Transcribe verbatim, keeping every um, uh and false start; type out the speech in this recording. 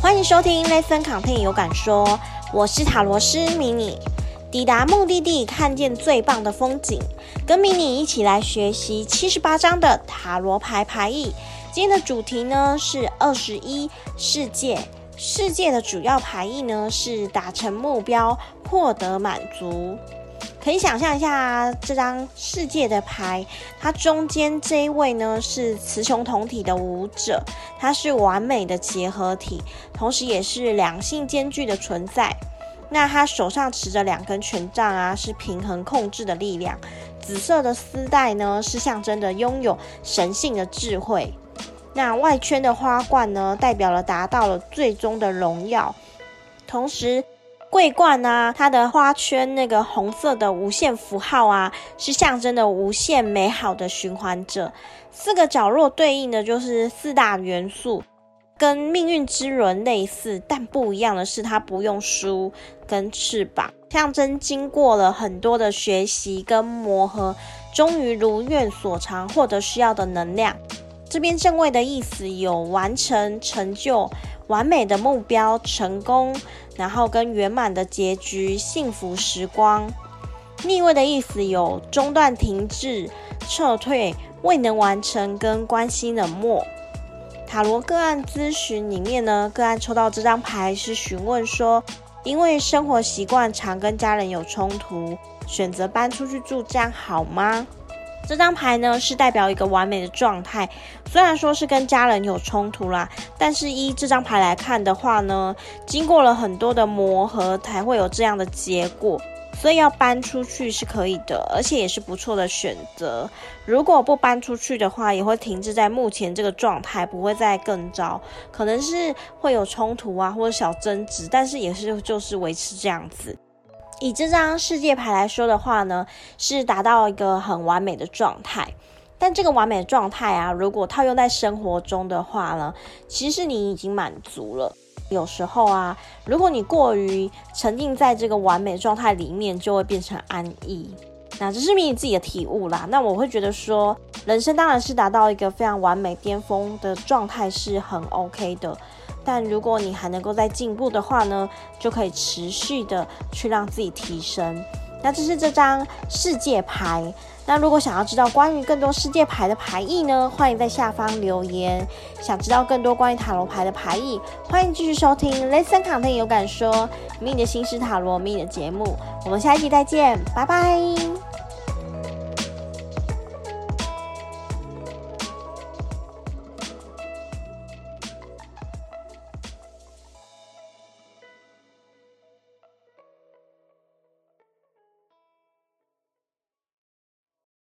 欢迎收听 ListenContent 有感说，我是塔罗师迷你。抵达目的地，看见最棒的风景，跟迷你一起来学习七十八张的塔罗牌牌意。今天的主题呢是二十一世界。世界的主要牌意呢是达成目标，获得满足。可以想象一下这张世界的牌，它中间这一位呢是雌雄同体的舞者，它是完美的结合体，同时也是两性兼具的存在。那他手上持着两根权杖啊，是平衡控制的力量。紫色的丝带呢是象征的拥有神性的智慧。那外圈的花冠呢代表了达到了最终的荣耀。同时桂冠啊，它的花圈那个红色的无限符号啊，是象征的无限美好的循环者。四个角落对应的就是四大元素，跟命运之轮类似，但不一样的是它不用书跟翅膀，象征经过了很多的学习跟磨合，终于如愿所偿，获得需要的能量。这边正位的意思有完成、成就、完美的目标、成功，然后跟圆满的结局、幸福时光。逆位的意思有中断、停滞、撤退、未能完成跟关系冷漠。塔罗个案咨询里面呢，个案抽到这张牌是询问说，因为生活习惯常跟家人有冲突，选择搬出去住，这样好吗？这张牌呢是代表一个完美的状态，虽然说是跟家人有冲突啦，但是依这张牌来看的话呢，经过了很多的磨合才会有这样的结果，所以要搬出去是可以的，而且也是不错的选择。如果不搬出去的话，也会停滞在目前这个状态，不会再更糟，可能是会有冲突啊或者小争执，但是也是就是维持这样子。以这张世界牌来说的话呢，是达到一个很完美的状态。但这个完美的状态啊，如果套用在生活中的话呢，其实你已经满足了。有时候啊，如果你过于沉浸在这个完美状态里面，就会变成安逸。那这是你自己的体悟啦。那我会觉得说，人生当然是达到一个非常完美巅峰的状态是很 OK 的。但如果你还能够再进步的话呢，就可以持续的去让自己提升。那这是这张世界牌。那如果想要知道关于更多世界牌的牌意呢，欢迎在下方留言。想知道更多关于塔罗牌的牌意，欢迎继续收听 ListenContent 有感说迷你的新式塔罗迷你的节目。我们下一集再见，拜拜。